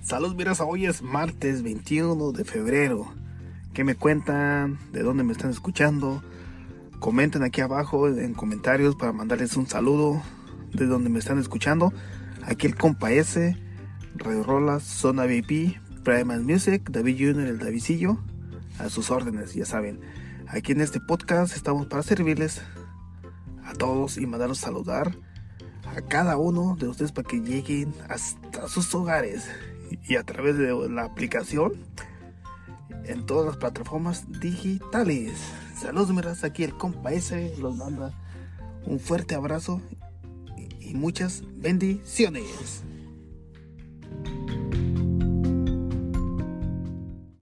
Salud, miras, hoy es martes 21 de febrero. ¿Qué me cuentan? ¿De dónde me están escuchando? Comenten aquí abajo en comentarios para mandarles un saludo de donde me están escuchando. Aquí el compa S, Radio Rolas, Zona VIP, Primal Music, David Jr., el Davidcillo, a sus órdenes, ya saben. Aquí en este podcast estamos para servirles a todos y mandarlos saludar a cada uno de ustedes para que lleguen hasta sus hogares y a través de la aplicación en todas las plataformas digitales. Saludos, miras, aquí el compa S los manda un fuerte abrazo y muchas bendiciones.